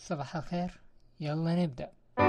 صباح الخير، يلا نبدأ.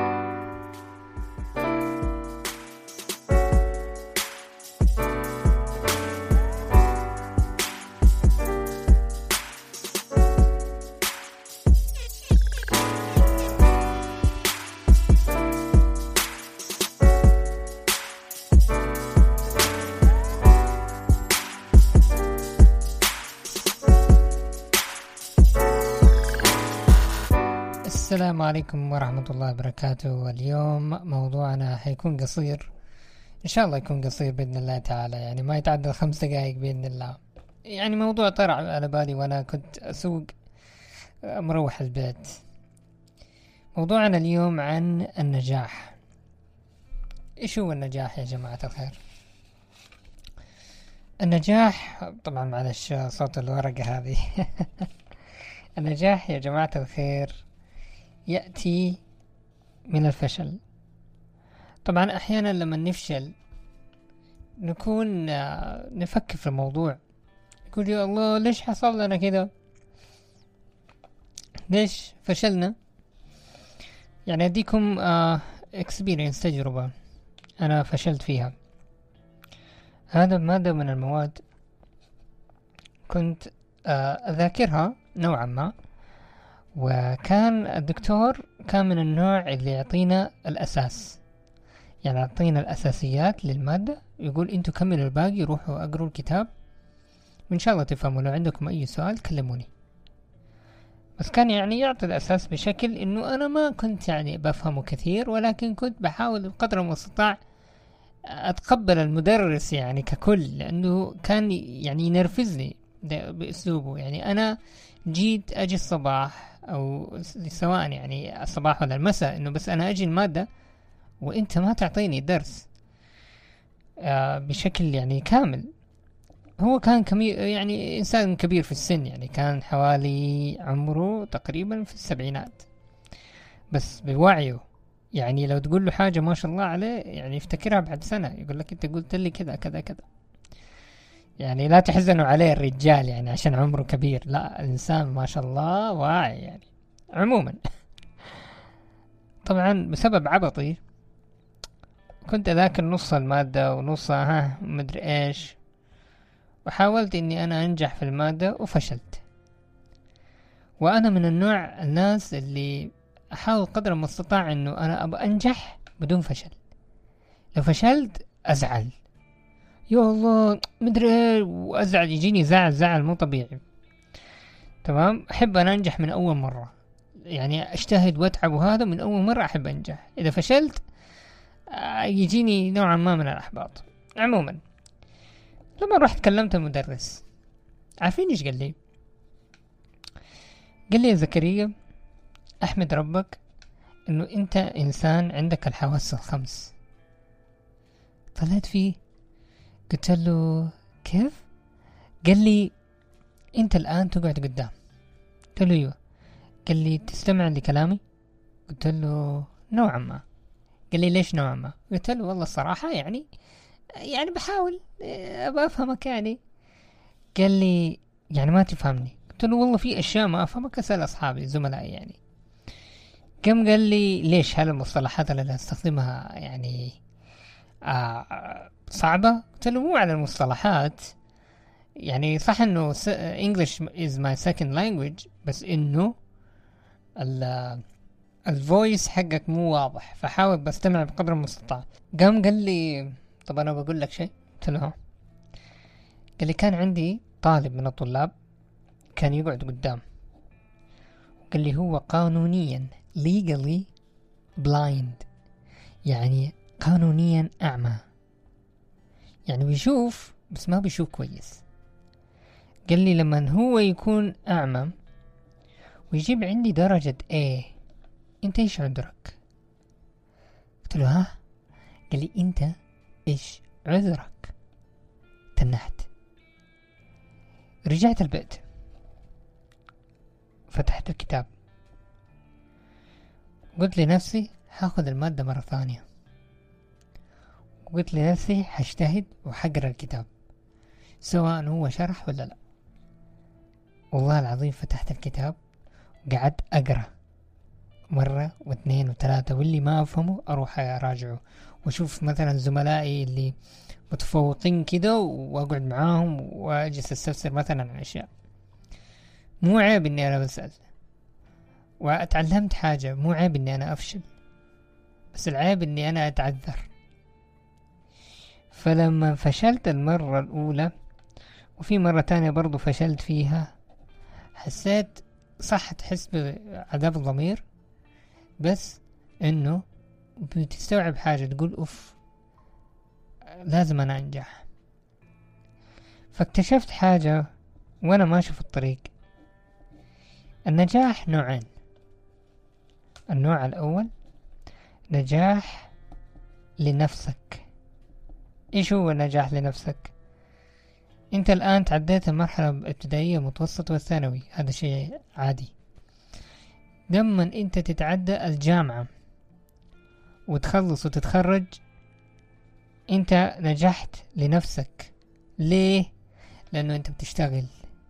السلام عليكم ورحمة الله وبركاته. واليوم موضوعنا حيكون قصير إن شاء الله، يكون قصير بإذن الله تعالى، يعني ما يتعدى 5 دقائق بإذن الله. يعني موضوع طرع على بالي وأنا كنت أسوق مروح البيت. موضوعنا اليوم عن النجاح. إيش هو النجاح يا جماعة الخير؟ النجاح طبعا معلش صوت الورقة هذه النجاح يا جماعة الخير يأتي من الفشل. طبعا أحيانا لما نفشل نكون نفكر في الموضوع، يقول يا الله ليش حصل لنا كذا، ليش فشلنا. يعني أديكم experience، تجربة أنا فشلت فيها. هذا مادة من المواد كنت أذاكرها نوعا ما، وكان الدكتور كان من النوع اللي يعطينا الأساس، يعني يعطينا الأساسيات للمادة، يقول انتوا كملوا الباقي، روحوا اقروا الكتاب وإن شاء الله تفهموا، لو عندكم أي سؤال كلموني. بس كان يعني يعطي الأساس بشكل إنه أنا ما كنت يعني بفهمه كثير، ولكن كنت بحاول بقدر المستطاع أتقبل المدرس يعني ككل، لأنه كان يعني ينرفزني بأسلوبه. يعني أنا جيت أجي الصباح أو سواء يعني الصباح ولا المساء، إنه بس أنا أجي المادة وإنت ما تعطيني درس بشكل يعني كامل. هو كان يعني إنسان كبير في السن، يعني كان حوالي عمره تقريبا في 70، بس بوعيه. يعني لو تقول له حاجة ما شاء الله عليه يعني يفتكرها بعد سنة، يقول لك أنت قلت لي كذا كذا كذا. يعني لا تحزنوا عليه الرجال يعني عشان عمره كبير، لا الإنسان ما شاء الله واعي يعني عموما. طبعا بسبب عبطي كنت أذاكر نص المادة ونصها مدري إيش، وحاولت إني أنا أنجح في المادة وفشلت. وأنا من النوع الناس اللي أحاول قدر المستطاع إنه أنا أبغى أنجح بدون فشل. لو فشلت أزعل، يا الله مدري إيه، وأزعل، يجيني زعل مو طبيعي. تمام، أحب أنا أنجح من أول مرة، يعني أجتهد وأتعب، وهذا من أول مرة أحب أنجح. إذا فشلت يجيني نوعا ما من الإحباط. عموما لما رحت كلمت المدرس، عارفين إيش قال لي؟ قال لي يا زكريا أحمد ربك إنه أنت إنسان عندك الحواس الخمس. طلعت فيه قلت له كيف؟ قال لي أنت الآن تقعد قدام. قلت له أيوه. قال لي تستمع لكلامي؟ قلت له نوعا ما. قال لي ليش نوعا ما؟ قلت له والله الصراحة يعني بحاول أبغى أفهمك يعني. قال لي يعني ما تفهمني؟ قلت له والله في أشياء ما أفهمك، أسأل أصحابي زملائي يعني. قام قال لي ليش، هل المصطلحات اللي أستخدمها يعني صعبة؟ قلت له مو على المصطلحات، يعني صح إنه English is my second language، بس إنه الفويس حقك مو واضح، فحاول بستمع بقدر المستطاع. قام قال لي طب أنا بقول لك شيء. قلت له ها. قال لي كان عندي طالب من الطلاب كان يقعد قدام، قال لي هو قانونيا legally blind، يعني قانونيا أعمى، يعني بيشوف بس ما بيشوف كويس. قال لي لما هو يكون أعمى ويجيب عندي درجة A، انت ايش عذرك؟ قلت له ها. قال لي انت ايش عذرك؟ تنحت. رجعت البيت، فتحت الكتاب، قلت لنفسي هاخذ المادة مرة ثانية، قلت لنفسي هجتهد وحقرأ الكتاب سواء هو شرح ولا لا. والله العظيم فتحت الكتاب وقعدت أقرأ مرة واثنين وثلاثة، واللي ما أفهمه أروح أراجعه، وأشوف مثلا زملائي اللي متفوقين كده وأقعد معاهم وأجلس أستفسر مثلا عن أشياء. مو عيب إني أنا بسأل، وأتعلمت حاجة، مو عيب إني أنا أفشل، بس العيب إني أنا أتعذر. فلما فشلت المرة الأولى وفي مرة تانية برضو فشلت فيها، حسيت صح تحس بعذاب الضمير، بس إنه بتستوعب حاجة تقول أوف لازم أنا أنجح. فاكتشفت حاجة وأنا ماشي في الطريق، النجاح نوعين. النوع الأول نجاح لنفسك. إيش هو النجاح لنفسك؟ أنت الآن تعديت المرحلة الابتدائية متوسط والثانوي، هذا شيء عادي. لما أنت تتعدى الجامعة وتخلص وتتخرج، أنت نجحت لنفسك. ليه؟ لأنه أنت بتشتغل،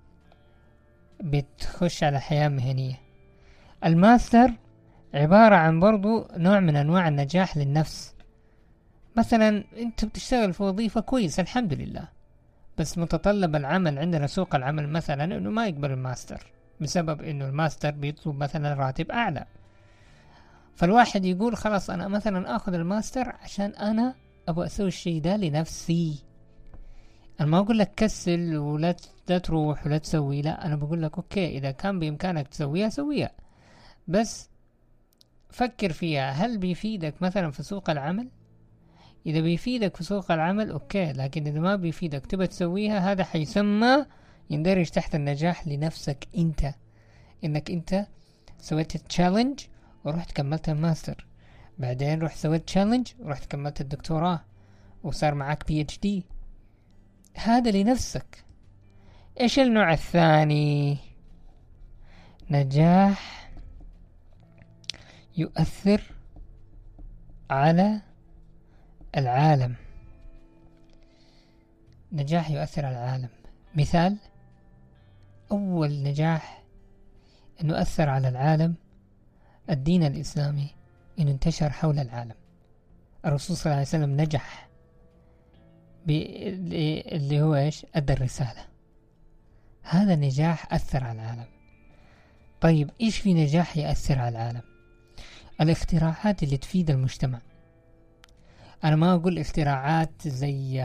بتخش على حياة مهنية. الماستر عبارة عن برضو نوع من أنواع النجاح للنفس. مثلا أنت بتشتغل في وظيفة كويس الحمد لله، بس متطلب العمل عندنا سوق العمل مثلا أنه ما يقبل الماستر، بسبب أنه الماستر بيطلب مثلا راتب أعلى. فالواحد يقول خلاص أنا مثلا أخذ الماستر عشان أنا أبغى أسوي الشيء ده لنفسي. أنا ما أقول لك كسل ولا تروح ولا تسوي، لا، أنا بقول لك أوكي إذا كان بإمكانك تسويها سويها، بس فكر فيها هل بيفيدك مثلا في سوق العمل. إذا بيفيدك في سوق العمل أوكي، لكن إذا ما بيفيدك تبى تسويها، هذا حيسمى يندرج تحت النجاح لنفسك أنت، إنك أنت سويت تشالنج ورحت كملت الماستر، بعدين رحت سويت تشالنج ورحت كملت الدكتوراه وصار معك PhD. هذا لنفسك. إيش النوع الثاني؟ نجاح يؤثر على العالم. نجاح يؤثر على العالم. مثال، أول نجاح أنه أثر على العالم الدين الإسلامي، أنه انتشر حول العالم. الرسول صلى الله عليه وسلم نجح اللي هو إيش؟ أدى الرسالة. هذا نجاح أثر على العالم. طيب إيش في نجاح يأثر على العالم؟ الاختراعات اللي تفيد المجتمع. أنا ما أقول اختراعات زي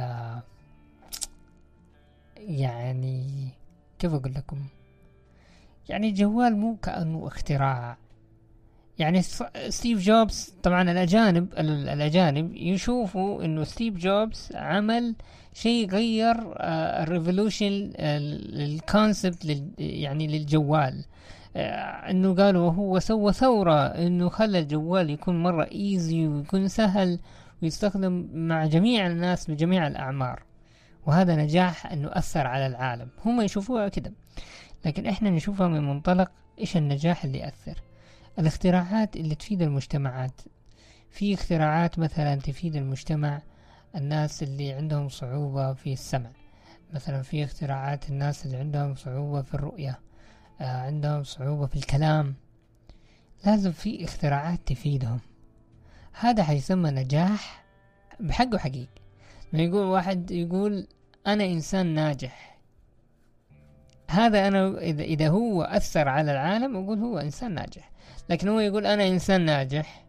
يعني كيف أقول لكم، يعني جوال مو كأنه اختراع. يعني ستيف جوبز طبعا الأجانب يشوفوا إنه ستيف جوبز عمل شيء غير الريفولوشن الكونسبت يعني للجوال. إنه قالوا هو سوى ثورة، إنه خلى الجوال يكون مرة إيزي ويكون سهل ويستخدم مع جميع الناس بجميع الأعمار، وهذا نجاح إنه أثر على العالم. هم يشوفوها كده، لكن إحنا نشوفها من منطلق إيش النجاح اللي أثر. الاختراعات اللي تفيد المجتمعات. في اختراعات مثلا تفيد المجتمع، الناس اللي عندهم صعوبة في السمع مثلا، في اختراعات الناس اللي عندهم صعوبة في الرؤية، عندهم صعوبة في الكلام، لازم في اختراعات تفيدهم. هذا حيسمى نجاح بحقه حقيقي. لما يقول واحد يقول أنا إنسان ناجح، هذا أنا إذا هو أثر على العالم أقول هو إنسان ناجح. لكن هو يقول أنا إنسان ناجح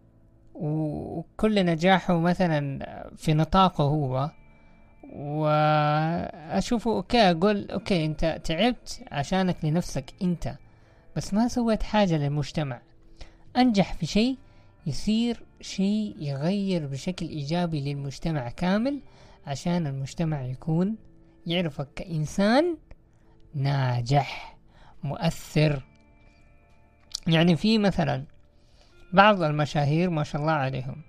وكل نجاحه مثلا في نطاقه هو، وأشوفه أوكي، أقول أوكي أنت تعبت عشانك لنفسك أنت، بس ما سويت حاجة للمجتمع. أنجح في شيء يصير شيء يغير بشكل إيجابي للمجتمع كامل، عشان المجتمع يكون يعرفك كإنسان ناجح مؤثر. يعني في مثلا بعض المشاهير ما شاء الله عليهم،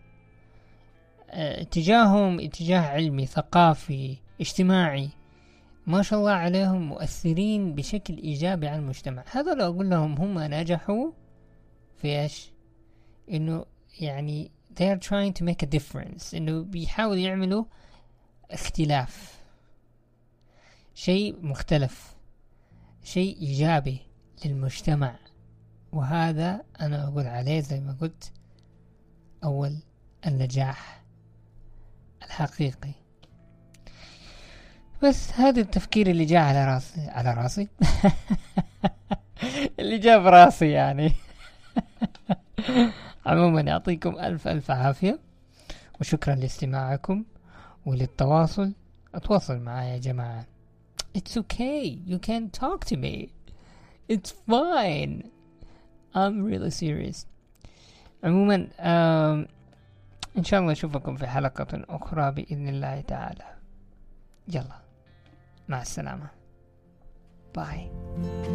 اتجاههم اتجاه علمي ثقافي اجتماعي، ما شاء الله عليهم مؤثرين بشكل إيجابي على المجتمع. هذا لو أقول لهم هم نجحوا في إيش؟ إنه يعني they are trying to make a difference، إنه بيحاولوا يعملوا اختلاف، شيء مختلف، شيء إيجابي للمجتمع. وهذا أنا أقول عليه زي ما قلت أول النجاح الحقيقي. بس هذا التفكير اللي جاء على راسي اللي جاء براسي يعني. عموما يعطيكم ألف عافية، وشكرا لاستماعكم وللتواصل. أتواصل معايا يا جماعة. It's okay. You can talk to me. It's fine. I'm really serious. عموما إن شاء الله نشوفكم في حلقة أخرى بإذن الله تعالى. يلا مع السلامة. باي.